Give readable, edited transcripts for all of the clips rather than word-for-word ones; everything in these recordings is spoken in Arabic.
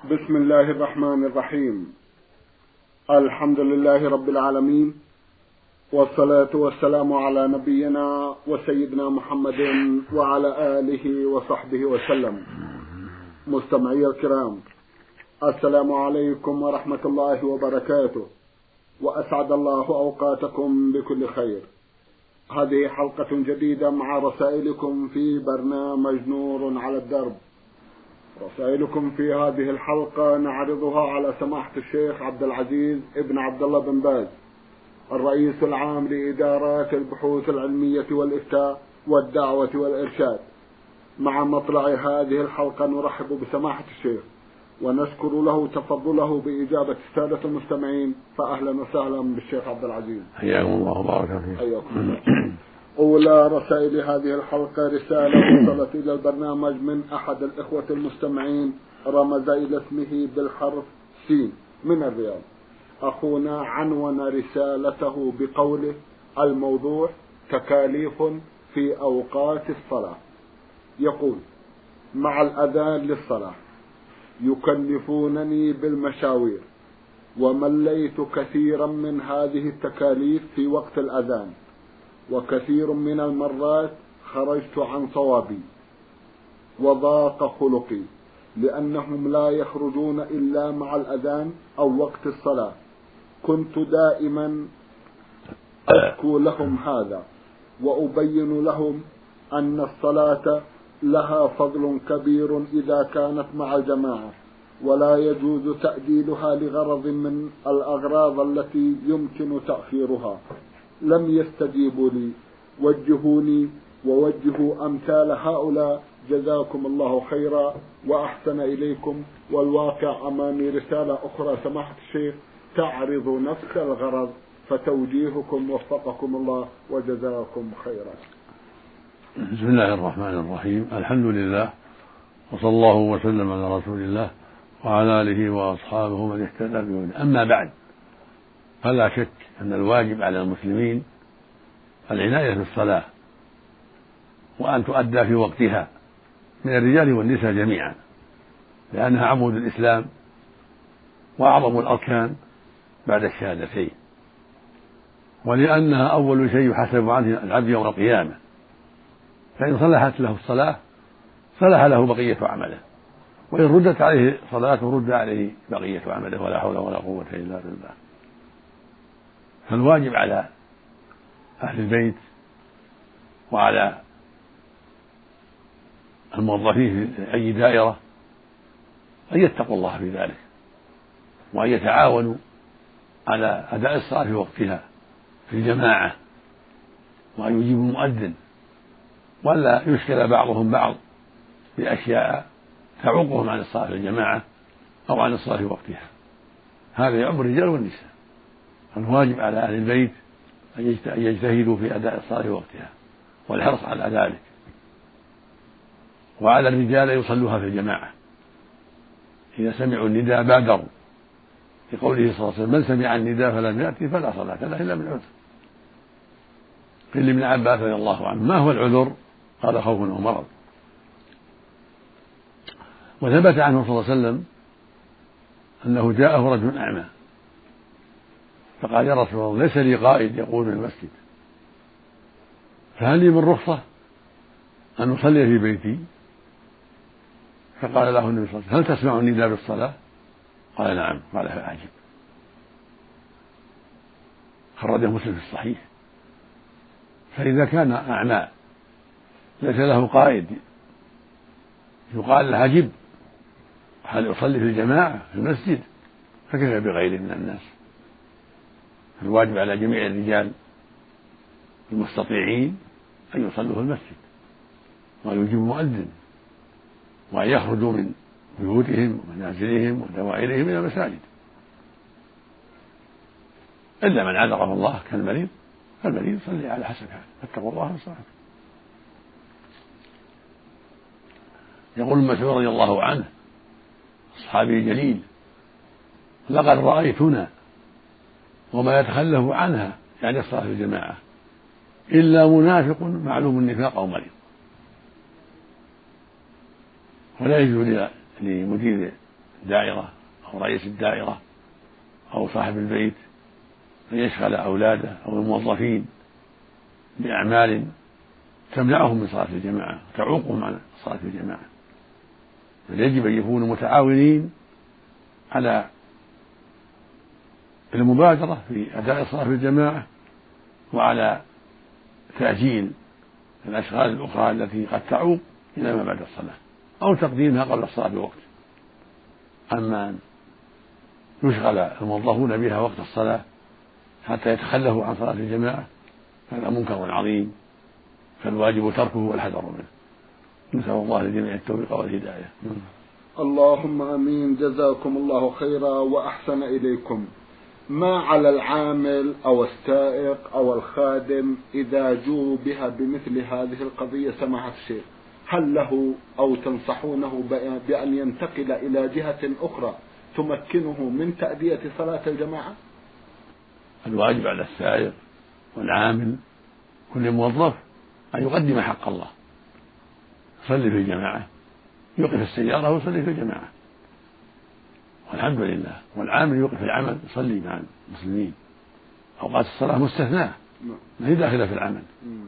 بسم الله الرحمن الرحيم. الحمد لله رب العالمين، والصلاة والسلام على نبينا وسيدنا محمد وعلى آله وصحبه وسلم. مستمعي الكرام، السلام عليكم ورحمة الله وبركاته، وأسعد الله أوقاتكم بكل خير. هذه حلقة جديدة مع رسائلكم في برنامج نور على الدرب. رسائلكم في هذه الحلقة نعرضها على سماحة الشيخ عبد العزيز ابن عبد الله بن باز، الرئيس العام لإدارات البحوث العلمية والإفتاء والدعوة والإرشاد. مع مطلع هذه الحلقة نرحب بسماحة الشيخ ونشكر له تفضله بإجابة السادة المستمعين، فأهلا وسهلا بالشيخ عبد العزيز. حياكم الله وبارك فيك. حياكم الله. أولى رسائل هذه الحلقة رسالة وصلت إلى البرنامج من أحد الإخوة المستمعين، رمز إلى اسمه بالحرف سين من الرياض. أخونا عنون رسالته بقوله: الموضوع تكاليف في أوقات الصلاة. يقول: مع الأذان للصلاة يكلفونني بالمشاوير، ومليت كثيرا من هذه التكاليف في وقت الأذان، وكثير من المرات خرجت عن صوابي وضاق خلقي، لأنهم لا يخرجون إلا مع الأذان أو وقت الصلاة. كنت دائما أشكو لهم هذا، وأبين لهم أن الصلاة لها فضل كبير إذا كانت مع الجماعة، ولا يجوز تأجيلها لغرض من الأغراض التي يمكن تأخيرها. لم يستجيبوا لي. وجهوني ووجهوا أمثال هؤلاء، جزاكم الله خيرا وأحسن إليكم. والواقع أمامي رسالة أخرى سماحة الشيخ تعرض نفس الغرض، فتوجيهكم وفقكم الله وجزاكم خيرا. بسم الله الرحمن الرحيم. الحمد لله، وصلى الله وسلم على رسول الله وعلى آله وأصحابه من اهتدى بهداه. أما بعد، فلا شك أن الواجب على المسلمين العناية بالصلاة، وأن تؤدى في وقتها من الرجال والنساء جميعا، لأنها عمود الإسلام وأعظم الأركان بعد الشهادتين، ولأنها أول شيء يحاسب عنه العبد يوم القيامة. فإن صلحت له الصلاة صلح له بقية عمله، وإن ردت عليه صلاته رد عليه بقية عمله، ولا حول ولا قوة إلا بالله. فالواجب على أهل البيت وعلى الموظفين في أي دائرة أن يتقوا الله في ذلك، وأن يتعاونوا على أداء الصلاة في وقتها في الجماعة، وأن يجيبوا المؤذن، ولا يشكل بعضهم بعض بأشياء تعوقهم عن الصلاة في الجماعة أو عن الصلاة في وقتها. هذا يعم الرجال والنساء. الواجب على أهل البيت أن يجتهدوا في أداء الصلاة في وقتها والحرص على ذلك، وعلى الرجال أن يصلوها في الجماعة. إذا سمعوا النداء بادروا، لقوله صلى الله عليه وسلم: من سمع النداء فلم يأتي فلا صلاة له إلا من عذر. قيل لابن عباس رضي الله عنه: ما هو العذر؟ قال: خوف أو مرض. وثبت عنه صلى الله عليه وسلم أنه جاءه رجل أعمى فقال: يا رسول الله، ليس لي قائد يقود المسجد، فهل لي من رخصة أن أصلي في بيتي؟ فقال له النبي صلى الله عليه وسلم: هل تسمع النداء بالصلاة؟ قال: نعم. قال: فأعجب. خرجه مسلم في الصحيح. فإذا كان أعمى ليس له قائد يقال له أجب، هل يصلي في الجماعة في المسجد؟ فكيف بغيره من الناس؟ الواجب على جميع الرجال المستطيعين أن يصلوا في المسجد، وأن يجيبوا مؤذن، وأن يخرجوا من بيوتهم ومنازلهم ودوائرهم إلى المساجد، إلا من عذره الله كالمريض، فالمريض يصلي على حسب حاله. فاتقوا الله والصلاة. يقول مسعود رضي الله عنه، الصحابي الجليل: لقد رأيتنا وما يتخلف عنها، يعني الصلاة في الجماعة، إلا منافق معلوم النفاق أو مريض. ولا يجوز لمدير الدائرة أو رئيس الدائرة أو صاحب البيت أن يشغل أولاده أو الموظفين بأعمال تمنعهم من صلاة الجماعة تعوقهم عن صلاة الجماعة، بل يجب أن يكونوا متعاونين على المبادرة في أداء الصلاة في الجماعة وعلى تأجيل الأشغال الأخرى التي قد تعوق إلى ما بعد الصلاة أو تقديمها قبل الصلاة بوقت. أما أن يشغل الموظفون بها وقت الصلاة حتى يتخلفوا عن صلاة الجماعة هذا منكر عظيم، فالواجب تركه والحذر منه. نسأل الله للجميع التوفيق والهداية. اللهم آمين. جزاكم الله خيرا وأحسن إليكم. ما على العامل أو السائق أو الخادم إذا جو بها بمثل هذه القضية سماحة الشيخ؟ هل له أو تنصحونه بأن ينتقل إلى جهة أخرى تمكنه من تأدية صلاة الجماعة؟ الواجب على السائق والعامل كل موظف أن يقدم حق الله، يصلي في الجماعة، يوقف السيارة ويصلي في الجماعة والحمد لله، والعامل يوقف العمل يصلي مع المسلمين. أوقات الصلاة مستثناة ما هي داخلة في العمل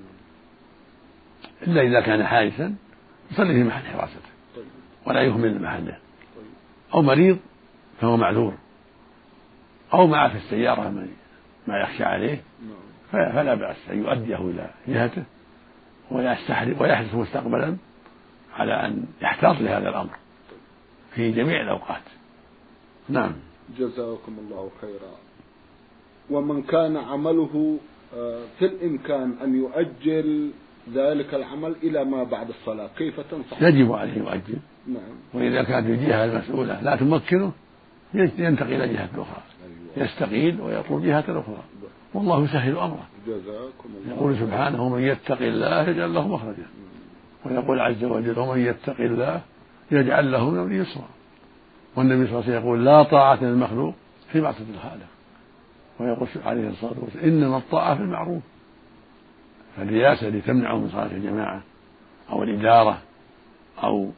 إلا إذا كان حارسا يصلي في محل حراسته ولا يهمل محله، أو مريض فهو معذور، أو معه في السيارة ما يخشى عليه فلا بأس أن يؤديه إلى جهته ويحرص مستقبلا على أن يحتاط لهذا الأمر في جميع الأوقات. نعم. جزاكم الله خيرا. ومن كان عمله في الإمكان أن يؤجل ذلك العمل إلى ما بعد الصلاة كيف تنصح؟ يجب عليه يؤجل. نعم. وإذا كانت الجهة المسؤولة لا تمكنه ينتقل إلى جهة أخرى. أيوة. يستقيل ويطلب جهة أخرى والله يسهل أمره. جزاكم الله. يقول سبحانه من يتق الله يجعل له مخرجا، ويقول عز وجل ومن يتق الله يجعل له من أمره يسرا. والنبي صلى الله عليه وسلم يقول لا طاعة للمخلوق في معصية الخالق، ويقول عليه الصلاة والسلام إنما الطاعة في المعروف. فالرياسة اللي تمنعه من صلاة الجماعة أو الإدارة أو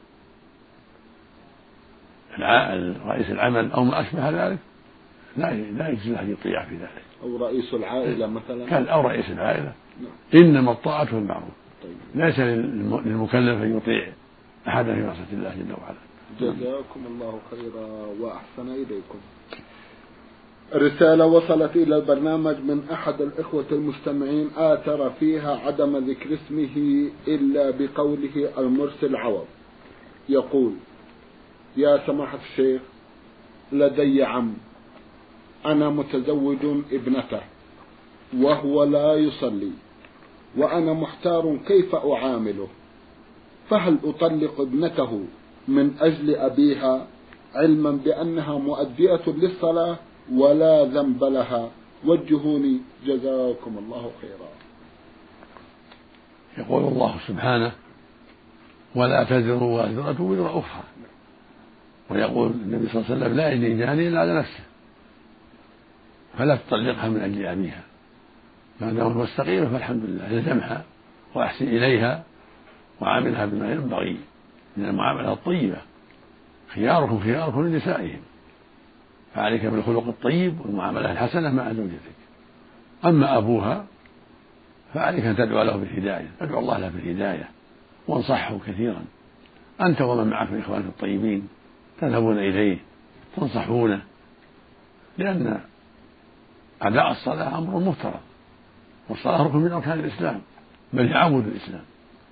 رئيس العمل أو ما أشبه ذلك لا يجوز أن يطيع في ذلك، أو رئيس العائلة مثلا أو رئيس العائلة. إنما الطاعة في المعروف. طيب. ليس للمكلف أن يطيع أحدا في معصية الله جل وعلا. جزاكم الله خيرا وأحسن إليكم. رسالة وصلت إلى البرنامج من أحد الإخوة المستمعين آثر فيها عدم ذكر اسمه إلا بقوله المرسل عوض. يقول: يا سماحة الشيخ، لدي عم أنا متزوج ابنته وهو لا يصلي، وأنا محتار كيف أعامله، فهل أطلق ابنته من أجل أبيها علما بأنها مؤدية للصلاة ولا ذنب لها؟ وجهوني جزاكم الله خيرا. يقول الله سبحانه ولا تزر وازرة وزر أخرى، ويقول النبي صلى الله عليه وسلم لا يجني جاني إلا على نفسه، فلا تطلقها من أجل أبيها ما دامت مستقيمة فالحمد لله، الزمها وأحسن إليها وعاملها بما ينبغي من المعاملة الطيبة. خياركم خياركم لنسائهم، فعليك بالخلق الطيب والمعاملة الحسنة مع زوجتك. أما أبوها فعليك أن تدعو له بالهداية، ادعو الله له بالهداية وانصحه كثيرا، أنت ومن معك من إخوانك الطيبين تذهبون إليه تنصحونه، لأن أداء الصلاة أمر مفترض، والصلاة ركن من أركان الإسلام بل هي عمود الإسلام،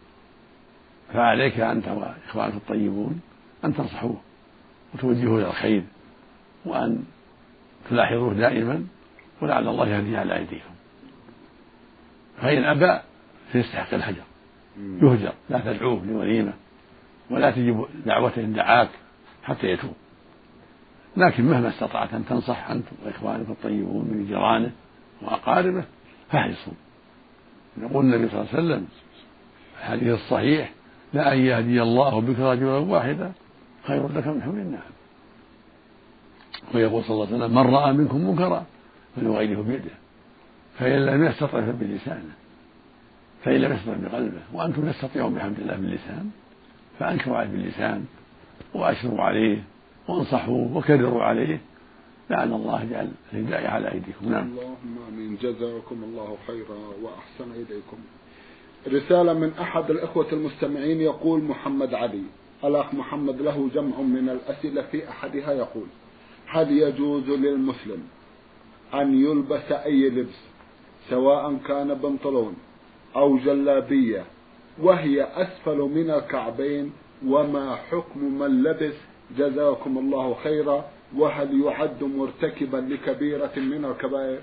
فعليك أنت وإخوانك الطيبون أن تنصحوه وتوجهوه إلى الخير وأن تلاحظوه دائما، ولعل الله يهدي على أيديكم. فإن أبى فيستحق الهجر، يهجر، لا تدعوه لوليمة ولا تجيب دعوته إن دعاك حتى يتوب، لكن مهما استطعت أن تنصح أنت وإخوانك الطيبون من جيرانه وأقاربه فاحرصوا. يقول النبي صلى الله عليه وسلم في الحديث الصحيح لأن يهدي الله بك رجلا واحدا خير لك من حمر النعم. ويقول صلى الله عليه وسلم من رأى منكم منكرا فليغيره بيده، فإن لم يستطع فبلسانه، فإن لم يستطع بقلبه، وأنتم تستطيعون بحمد الله باللسان، فأنكروا عليه باللسان وأشروا عليه وانصحوه وكرروا عليه لعل الله يجعل الهداية على أيديكم. نعم. اللهم آمين. جزاكم الله خيرا وأحسن إليكم. رسالة من أحد الإخوة المستمعين يقول محمد علي. الأخ محمد له جمع من الأسئلة، في أحدها يقول: هل يجوز للمسلم أن يلبس أي لبس سواء كان بنطلون أو جلابية وهي أسفل من الكعبين؟ وما حكم من لبس؟ جزاكم الله خيرا. وهل يعد مرتكبا لكبيرة من الكبائر؟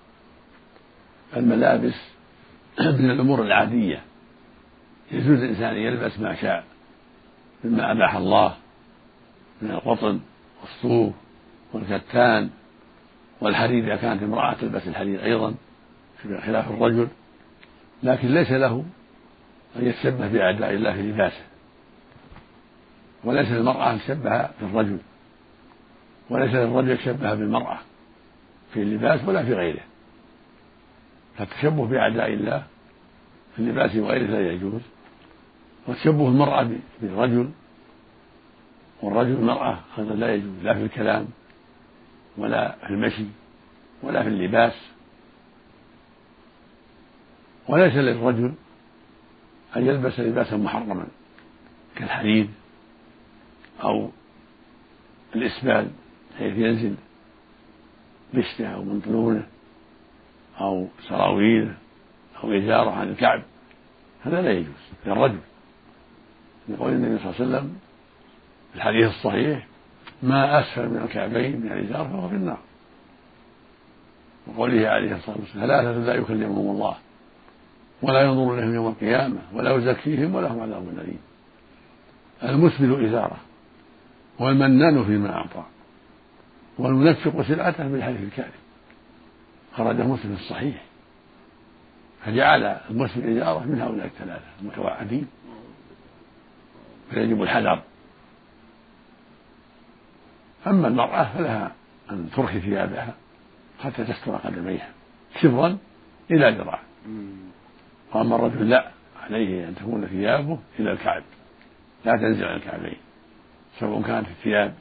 الملابس من الأمور العادية، يجوز الإنسان يلبس ما شاء مما أباح الله من القطن والصوف والكتان والحرير إذا كانت امرأة تلبس الحرير أيضا خلاف الرجل، لكن ليس له أن يتشبه بأعداء الله في لباسه، وليس للمرأة أن تشبه بالرجل، وليس للرجل يتشبه بالمرأة في اللباس ولا في غيره. فالتشبه بأعداء الله في اللباس وغيره لا يجوز، وتشبه المرأة بالرجل والرجل المرأة هذا لا يجوز، لا في الكلام ولا في المشي ولا في اللباس. وليس للرجل أن يلبس لباسا محرما كالحرير أو الإسبال حيث ينزل بشته أو بنطلونه أو سراويله أو إزاره عن الكعب، هذا لا يجوز للرجل، يقول النبي صلى الله عليه وسلم في الحديث الصحيح: ما أسفل من الكعبين من الإزار فهو في النار. وقوله عليه الصلاة والسلام: ثلاثة لا يكلمهم الله ولا ينظر إليهم يوم القيامة ولا يزكيهم ولهم عذاب أليم. المسبل إزاره والمنان فيما أعطى والمنفق سلعته بالحلف الكاذب، خرجه مسلم في الصحيح. فجعل المسبل إزاره من هؤلاء الثلاثة المتوعدين، فيجب الحذر. أما المرأة فلها أن ترخي ثيابها حتى تستر قدميها شبرا إلى ذراع، وأما الرجل لا، عليه أن تكون ثيابه إلى الكعب لا تنزل عن الكعبين، سواء كانت الثياب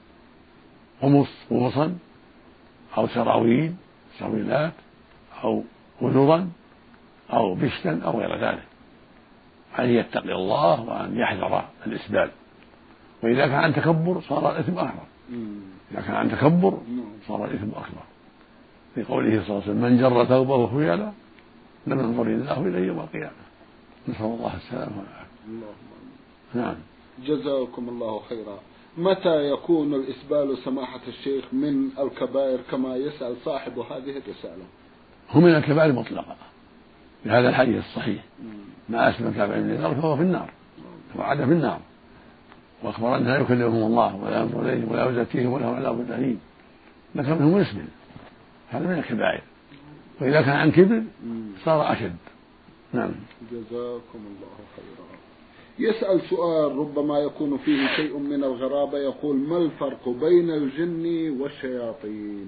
قمصا أو سراويلات أو وزرا أو بشتا أو غير ذلك. عليه يتقي الله وأن يحذر الإسبال، وإذا كان عن تكبر صار الإثم أكبر. إذا كان عن تكبر صار الإثم أكبر، في قوله صلى الله عليه وسلم: من جر ثوبه خيلا لم ينظر الله إليه يوم القيامة. نسأل الله السلامة والعافية. نعم. جزاكم الله خيرا. متى يكون الإسبال سماحة الشيخ من الكبائر كما يسأل صاحب هذه الرسالة؟ هو من الكبائر مطلقة بهذا الحديث الصحيح: ما أسلم الكعبين من النار فهو في النار، توعد في النار، وأخبر أن لا يكلمهم الله ولا ينظر إليهم ولا يزكيهم ولهم عذاب أليم. لكن منهم مسلم، هذا من الكبائر، وإذا كان عن كبر صار أشد. نعم. جزاكم الله خيرا. يسأل سؤال ربما يكون فيه شيء من الغرابة، يقول: ما الفرق بين الجن والشياطين؟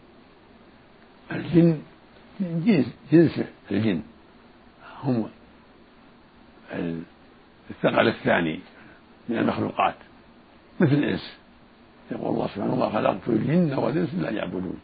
الجن جنس الجن، هم الثقل الثاني من المخلوقات مثل الإنس. يقول الله سبحانه: وما خلقت الجن والإنس إلا يعبدون.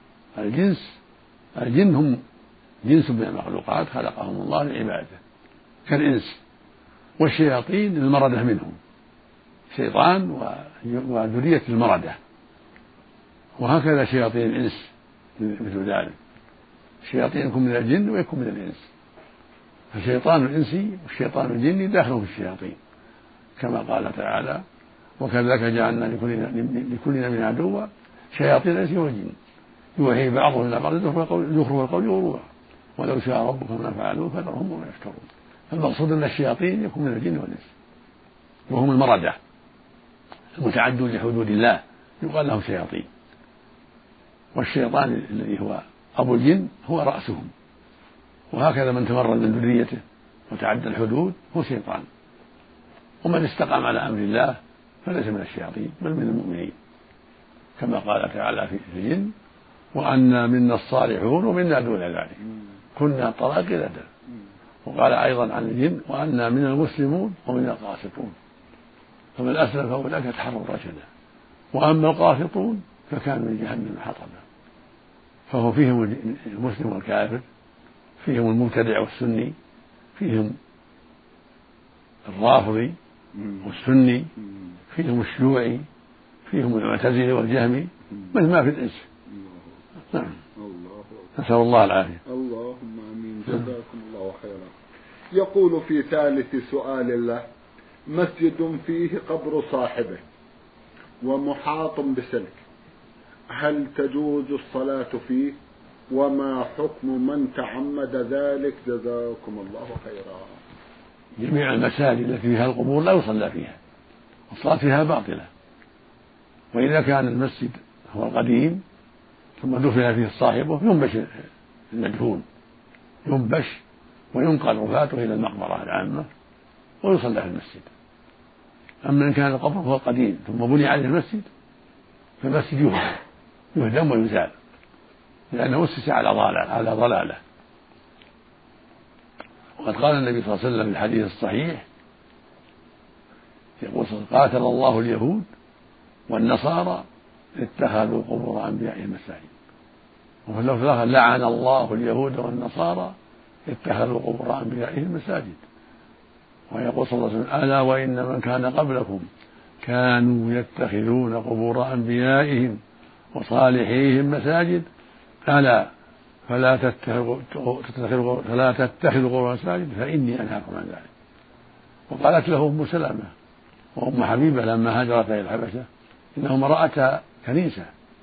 الجن هم جنس من المخلوقات خلقهم الله لعبادته كالإنس، والشياطين المردة منهم، شيطان وذرية المردة، وهكذا شياطين الإنس مثل ذلك. الشياطين يكون من الجن ويكون من الإنس، فالشيطان الإنسي والشيطان الجني داخل في الشياطين، كما قال تعالى: وكذلك جعلنا لكل نبي عدوا شياطين الإنس والجن يوحي بعضهم إلى بعض زخرف القول غرورا ولو شاء ربك ما فعلوه فذرهم وما يفترون. فالمقصود أن الشياطين يكون من الجن والإنس، وهم المردة المتعدون لحدود الله يقال لهم شياطين. والشيطان الذي هو أبو الجن هو رأسهم، وهكذا من تمرد من ذريته وتعدى الحدود هو شيطان. ومن استقام على أمر الله فليس من الشياطين بل من المؤمنين، كما قال تعالى في الجن: وأنا منا الصالحون ومنا دون ذلك كنا طرائق. وقال أيضا عن الجن: وأنا منا المسلمون ومنا القاسطون، فمن أسلم فأولئك تحروا رشدا وأما القاسطون فكانوا لجهنم حطبا. فهو فيهم المسلم والكافر، فيهم المبتدع والسني، فيهم الرافضي والسني، فيهم الشيوعي، فيهم المعتزلي والجهمي، مثل ما في الإنس. نعم. نسأل الله العافية. اللهم آمين. جزاكم الله خيرا. يقول في ثالث سؤال له: مسجد فيه قبر صاحبه ومحاط بسلك، هل تجوز الصلاة فيه؟ وما حكم من تعمد ذلك؟ جزاكم الله خيرا. جميع المساجد التي فيها القبور لا يصلى فيها، الصلاة فيها باطلة. وإذا كان المسجد هو القديم ثم دفن فيه صاحبه ينبش المدفون، ينبش وينقل رفاته إلى المقبرة العامة ويصلى في المسجد. أما إن كان القبر هو القديم ثم بني عليه المسجد فالمسجد يهدم ويزال، لأنه أسس على ضلالة. وقد قال النبي صلى الله عليه وسلم في الحديث الصحيح يقول: قاتل الله اليهود والنصارى اتخذوا قبور أنبيائهم مساجد. وفي اللفظ الآخر: لعن الله اليهود والنصارى اتخذوا قبور أنبيائهم مساجد. ويقول صلى الله عليه وسلم: ألا وإن من كان قبلكم كانوا يتخذون قبور أنبيائهم وصالحيهم مساجد، ألا فلا تتخذوا قبور مساجد فإني أنهاكم عن ذلك. وقالت له أم سلمة وأم حبيبة لما هاجرت إلى الحبشة إنهما رأتا كنيسة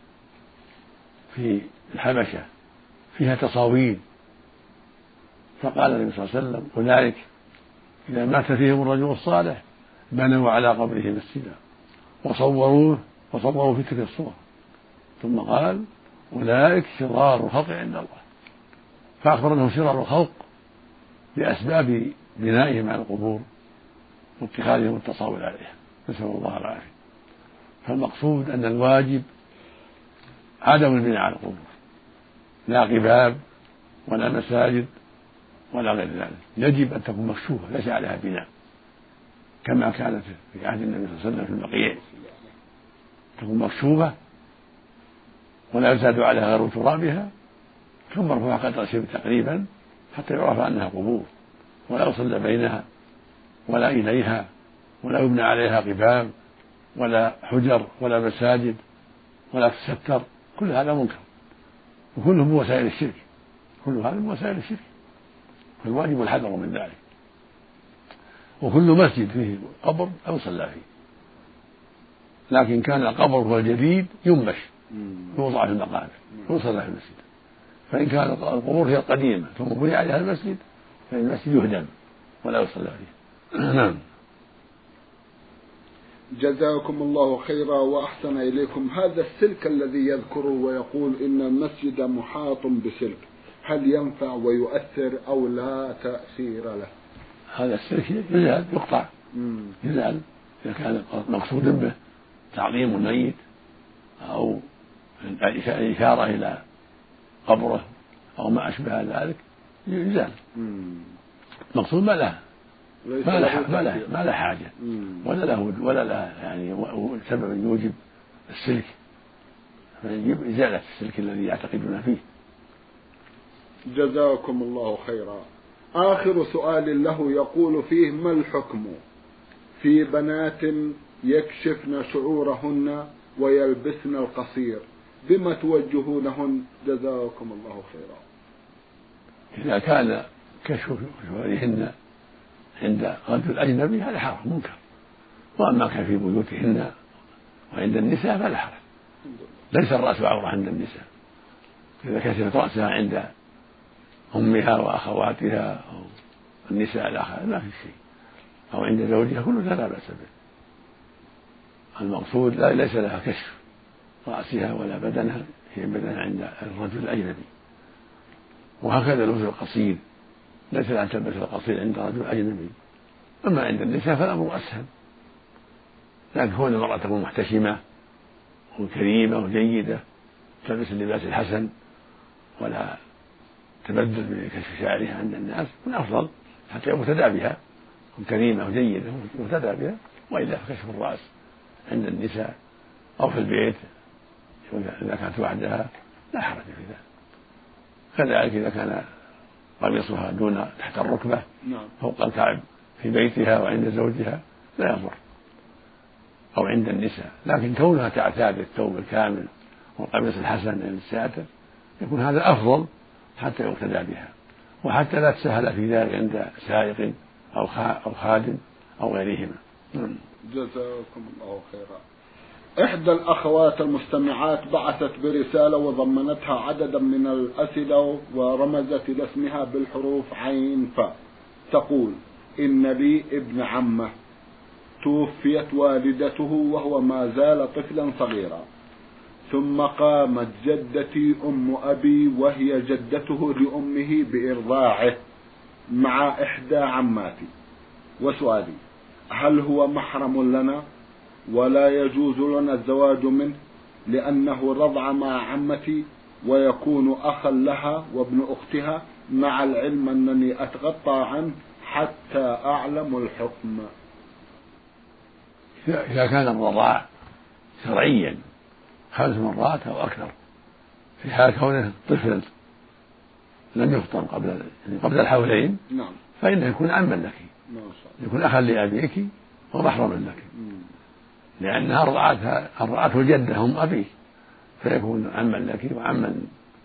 في الحبشة فيها تصاوير، فقال النبي صلى الله عليه وسلم: أولئك إذا مات فيهم الرجل الصالح بنوا على قبره مسجدا وصوروه في تلك الصور. ثم قال: أولئك شرار الخلق عند الله. فأخبر أنهم شرار الخلق بأسباب بنائهم على القبور واتخاذهم التصاوير عليها، نسأل الله العافية. فالمقصود أن الواجب عدم البناء على القبور، لا قباب ولا مساجد ولا غير ذلك، يجب أن تكون مكشوفة ليس عليها بناء، كما كانت في عهد النبي صلى الله عليه وسلم في البقيع، تكون مكشوفة ولا يزاد عليها غير ترابها، ثم مرفوعة قدر شبر تقريبا حتى يعرف أنها قبور، ولا يصلى بينها ولا إليها، ولا يبنى عليها قباب ولا حجر ولا مساجد ولا تستر. كل هذا منكر وكله من وسائل الشرك، كل هذا من وسائل الشرك، فالواجب الحذر من ذلك. وكل مسجد فيه قبر لا يصلى فيه، لكن كان القبر هو الجديد ينبش يوضع في المقابر ويصلى في المسجد. فإن كان القبور هي القديمة ثم بني عليها المسجد فإن المسجد يهدم ولا يصلى فيه. نعم. جزاكم الله خيرا وأحسن إليكم. هذا السلك الذي يذكره ويقول إن المسجد محاط بسلك، هل ينفع ويؤثر أو لا تأثير له؟ هذا السلك يزال يقطع، يزال إذا كان مقصود به تعظيم الميت أو الإشارة إلى قبره أو ما أشبه ذلك يزال. مقصود ما له حاجة ولا له يعني سبب يوجب السلك، فيجب إزالة السلك الذي يعتقدون فيه. جزاكم الله خيرا. آخر سؤال له يقول فيه: ما الحكم في بنات يكشفن شعورهن ويلبسن القصير، بما توجهونهن؟ جزاكم الله خيرا. إذا كان كشف شعورهن عند رجل أجنبي هذا حرام منكر، وأما كان في بيوتهن وعند النساء فلا حرج، ليس الرأس عورة عند النساء. إذا كشفت رأسها عند أمها وأخواتها أو النساء الآخر ما في شيء، أو عند زوجها كل لا بأس به. المقصود ليس لها كشف رأسها ولا بدنها، هي بدنها عند الرجل الأجنبي. وهكذا لبس القصير ليس لها أن تلبس القصير عند رجل أجنبي. أما عند النساء فالأمر أسهل، لكن كون المرأة تكون محتشمة وكريمة وجيدة تلبس اللباس الحسن ولا تبدل بكشف شعرها عند الناس من أفضل حتى يقتدى بها، تكون كريمة وجيدة ويقتدى بها. وإلا فكشف الرأس عند النساء أو في البيت إذا كانت وحدها لا حرج في ذلك. كذلك إذا كان قميصها دون تحت الركبة فوق الكعب في بيتها وعند زوجها لا يضر، أو عند النساء. لكن كونها تعتاد الثوب الكامل والقميص الحسن للساتر يكون هذا أفضل حتى يقتدى بها، وحتى لا تسهل في ذلك عند سائق أو خادم أو غيرهما. جزاكم الله خيرا. إحدى الأخوات المستمعات بعثت برسالة وضمنتها عددا من الأسئلة ورمزت إلى اسمها بالحروف عين فاء. تقول: إن لي ابن عمه توفيت والدته وهو ما زال طفلا صغيرا، ثم قامت جدتي أم أبي وهي جدته لأمه بإرضاعه مع إحدى عماتي. وسؤالي: هل هو محرم لنا ولا يجوز لنا الزواج منه لأنه رضع مع عمتي ويكون أخا لها وابن أختها، مع العلم أنني أتغطى عنه حتى أعلم الحكم؟ إذا كان الرضاع شرعيا 5 مرات أو أكثر في حال كونه طفل لم يفطن قبل الحولين فإنه يكون عما لك، يكون أخا لأبيك ومحرما لك، لأنها أرضعته الجدة أم أبيك، فيكون عما لك وعما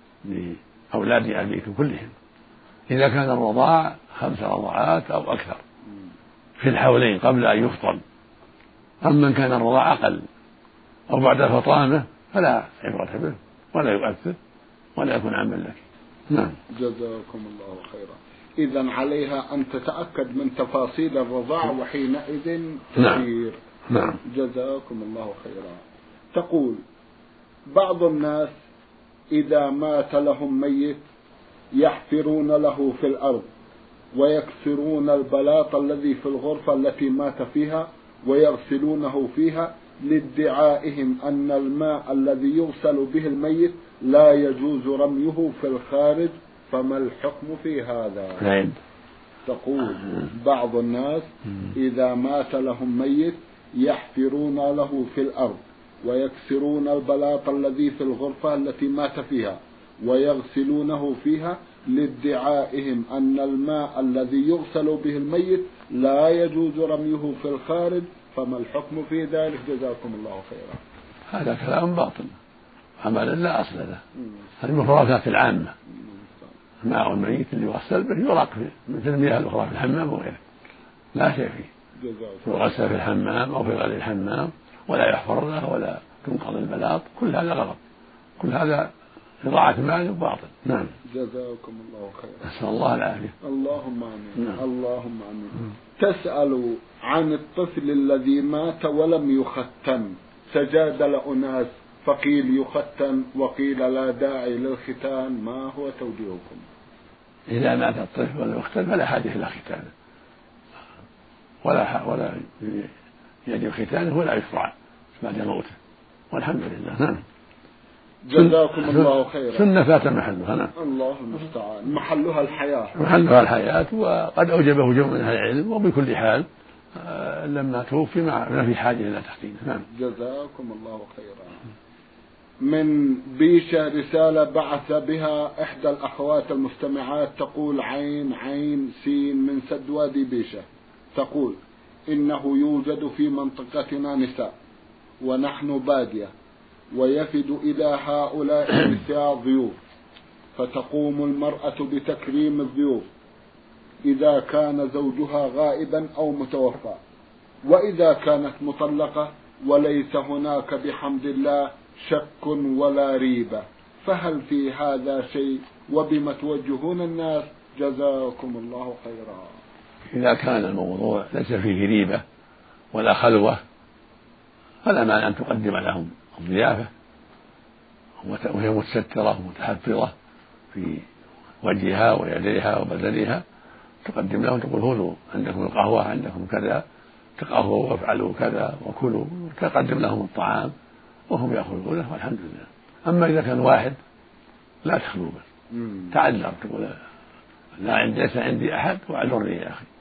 لأولاد أبيك كلهم إذا كان الرضاع 5 رضعات أو أكثر في الحولين قبل أن يفطن. أما من كان الرضاع أقل أو بعد فطامه فلا عبرة به ولا يؤثر ولا يكون عما لك. نعم. جزاكم الله خيرا. إذن عليها أن تتأكد من تفاصيل الرضاع وحينئذ تسير. نعم. جزاكم الله خيرا. تقول: بعض الناس إذا مات لهم ميت يحفرون له في الأرض ويكسرون البلاط الذي في الغرفة التي مات فيها ويغسلونه فيها لادعائهم أن الماء الذي يغسل به الميت لا يجوز رميه في الخارج، فما الحكم في هذا؟ تقول: بعض الناس إذا مات لهم ميت يحفرون له في الأرض ويكسرون البلاط الذي في الغرفة التي مات فيها ويغسلونه فيها لادعائهم أن الماء الذي يغسل به الميت لا يجوز رميه في الخارج، فما الحكم في ذلك؟ جزاكم الله خيرا. هذا كلام باطل عملا لا أصل له. هذه المفردات العامة، الماء الميت اللي يغسل به يراق مثل المياه الأخرى في الحمام وغيره، لا شيء فيه، يغسل في الحمام أو في غير الحمام ولا يحفر له ولا تنقض البلاط، كل هذا غلط، كل هذا إضاعة مال وباطل. نعم. جزاكم الله خيرا. نسأل الله العافية. اللهم آمين. اللهم آمين. تسأل عن الطفل الذي مات ولم يختن، تجادل أناس فقيل يختن وقيل لا داعي للختان، ما هو توجيهكم؟ إذا مات الطفل ولم يختن فلا حاجة إلى ختانه ولا يجب ختانه ولا يشرع بعد موته، والحمد لله. نعم. جزاكم الله خيرا. سنة فات محلها. نعم. الله المستعان. محلها الحياة، وقد أوجبه جمع من أهل العلم، وبكل حال لما توفي ما في حاجة إلى تختينه. نعم. جزاكم الله خيرا. من بيشة رسالة بعث بها إحدى الأخوات المستمعات، تقول: عين سين من سد وادي بيشة. تقول: إنه يوجد في منطقتنا نساء ونحن بادية، ويفد إلى هؤلاء النساء ضيوف، فتقوم المرأة بتكريم الضيوف إذا كان زوجها غائبا أو متوفى، وإذا كانت مطلقة وليس هناك بحمد الله شك ولا ريبة، فهل في هذا شيء؟ وبما توجهون الناس؟ جزاكم الله خيرا. إذا كان الموضوع ليس فيه ريبة ولا خلوة فلا مانع أن تقدم لهم الضيافة وهي متسترة ومتحفظة في وجهها ويديها وبدنها، تقدم لهم تقول: خذوا عندكم القهوة، عندكم كذا، تقهووا وافعلوا كذا وكلوا، تقدم لهم الطعام وهم يأخذونه، والحمد لله. أما إذا كان واحد لا تخلو به، تعذر، تقول: ليس عندي أحد واعذرني يا أخي.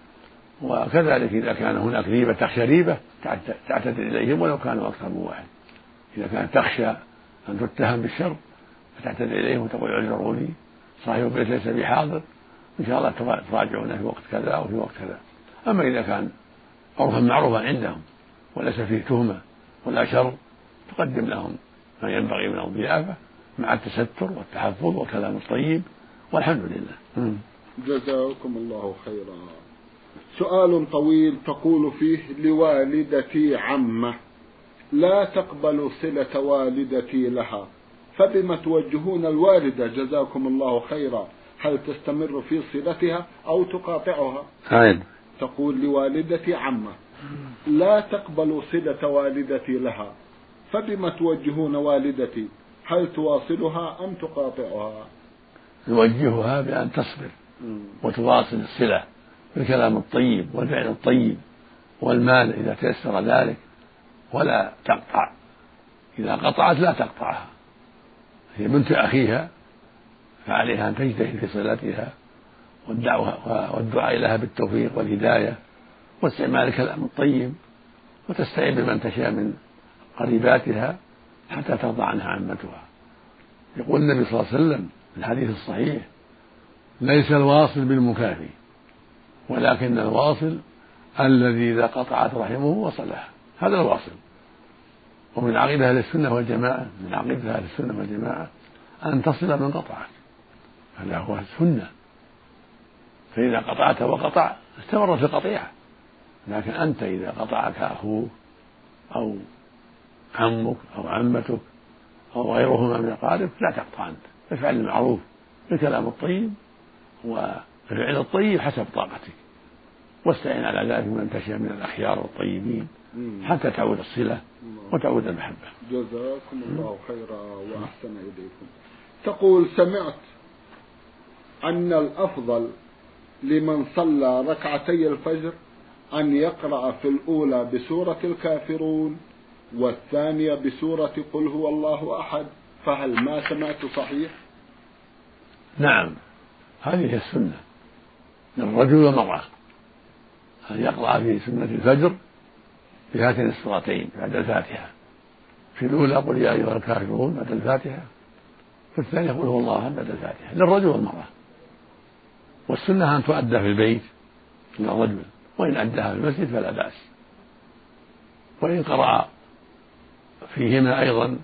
وكذلك إذا كان هناك ريبة تخشى ريبة تعتذر إليهم ولو كانوا أكثر من واحد، إذا كانت تخشى أن تتهم بالشر فتعتذر إليهم وتقول اعذروني صاحب البيت ليس بحاضر، إن شاء الله تراجعونه في وقت كذا أو في وقت كذا. أما إذا كان عرفا معروفا عندهم وليس فيه تهمة ولا شر تقدم لهم ما ينبغي من الضيافة مع التستر والتحفظ والكلام الطيب، والحمد لله. جزاكم الله خيرا. سؤال طويل تقول فيه: لوالدتي عمة لا تقبل صلة والدتي لها، فبما توجهون الوالدة جزاكم الله خيرا؟ هل تستمر في صلتها أو تقاطعها؟ تقول: لوالدتي عمة لا تقبل صلة والدتي لها، فبما توجهون والدتي؟ هل تواصلها أم تقاطعها؟ نوجهها بأن تصبر وتواصل الصلة بالكلام الطيب والفعل الطيب والمال إذا تيسر ذلك، ولا تقطع. إذا قطعت لا تقطعها، هي بنت أخيها فعليها أن تجتهد في صلتها والدعاء لها بالتوفيق والهداية واستعمال الكلام الطيب، وتستعين بمن تشاء من قريباتها حتى ترضى عنها عمتها. يقول النبي صلى الله عليه وسلم في الحديث الصحيح: ليس الواصل بالمكافي، ولكن الواصل الذي إذا قطعت رحمه وصلها، هذا الواصل. ومن عقيدة أهل السنة والجماعة أن تصل من قطعك، هذا هو السنة. فإذا قطعت وقطع استمرت القطيعة. لكن أنت إذا قطعك أخوك أو عمك أو عمتك أو غيرهما من أقاربك لا تقطع أنت، افعل المعروف بالكلام الطيب والفعل الطيب حسب طاقتك، واستعن على ذلك من تشاء من الأخيار والطيبين حتى تعود الصلة وتعود المحبة. جزاكم الله خيرا وأحسن إليكم. تقول: سمعت أن الأفضل لمن صلى ركعتي الفجر أن يقرأ في الأولى بسورة الكافرون والثانية بسورة قل هو الله أحد، فهل ما سمعت صحيح؟ نعم، هذه السنة للرجل والمرأة أن يقرأ في سنة الفجر بهاتين السورتين بعد الفاتحة، في الأولى قل يا أيها الكافرون بعد الفاتحة، في الثانية قل هو الله بعد الفاتحة، للرجل والمرأة. والسنة أن تؤدى في البيت للرجل، وإن أداها في المسجد فلا بأس. وإن قرأ فيهما أيضا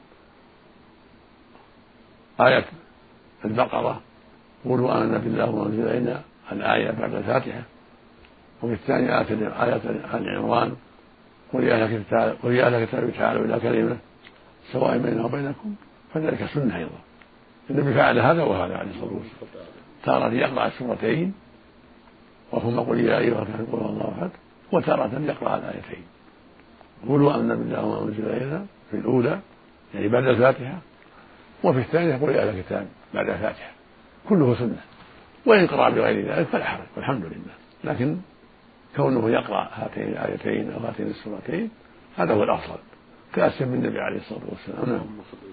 آية البقرة قولوا آمنا بالله وما أنزل إلينا الآية بعد الفاتحة، وفي الثانية آية آل عمران قل يا أهل الكتاب تعالوا إلى كلمة سواء بيننا وبينكم، فذلك سنة أيضا. النبي فعل هذا وهذا عليه الصلاة والسلام، تارة يقرأ السورتين وهما قل يا أيها الكافرون قل هو الله أحد، وتارة يقرأ الآيتين قولوا آمنا بالله وما أنزل إلينا في الأولى يعني بعد الفاتحة، وفي الثانية قل يا أهل الكتاب بعد الفاتحة، كله سنة. وإن قرأ بغير ذلك فلا حرج والحمد لله، لكن كونه يقرأ هاتين الآيتين أو هاتين السورتين هذا هو الأفضل كأسم النبي عليه الصلاة والسلام.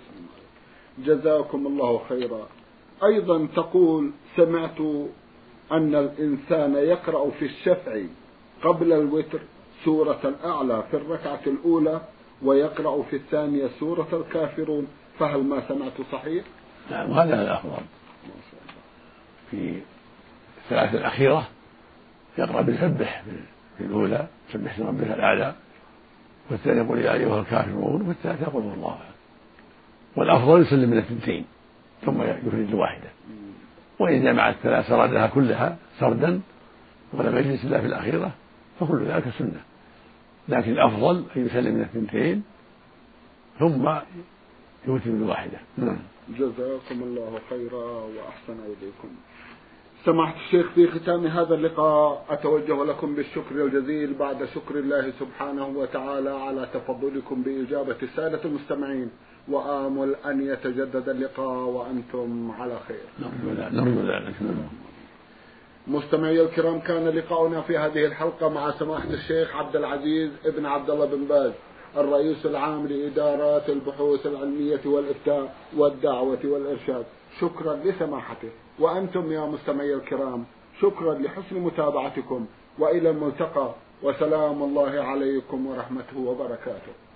جزاكم الله خيرا. أيضا تقول: سمعت أن الإنسان يقرأ في الشفع قبل الوتر سورة أعلى في الركعة الأولى ويقرأ في الثانية سورة الكافرون، فهل ما سمعت صحيح؟ نعم، هذا الأفضل. في الثلاث الأخيرة يقرأ بالسبح في الأولى سبح اسم ربك الأعلى، والثانية يقول يا أيها الكافرون، والثالثة يقول هو الله. والأفضل يسلم من الثنتين ثم يفرد الواحدة، وإن جمع الثلاث سردها كلها سردا ولم يجلس إلا في الأخيرة فكل ذلك سنة، لكن الأفضل أن يسلم من الثنتين ثم يوتر بالواحدة. جزاكم الله خيرا وأحسن إليكم. سماحة الشيخ، في ختام هذا اللقاء أتوجه لكم بالشكر الجزيل بعد شكر الله سبحانه وتعالى على تفضلكم بإجابة السادة المستمعين، وآمل أن يتجدد اللقاء وأنتم على خير. نرجو ذلك. مستمعي الكرام، كان لقاؤنا في هذه الحلقة مع سماحة الشيخ عبد العزيز ابن عبد الله بن باز، الرئيس العام لإدارات البحوث العلمية والإفتاء والدعوة والإرشاد. شكرا لسماحته، وأنتم يا مستمعي الكرام شكرا لحسن متابعتكم، وإلى الملتقى، وسلام الله عليكم ورحمته وبركاته.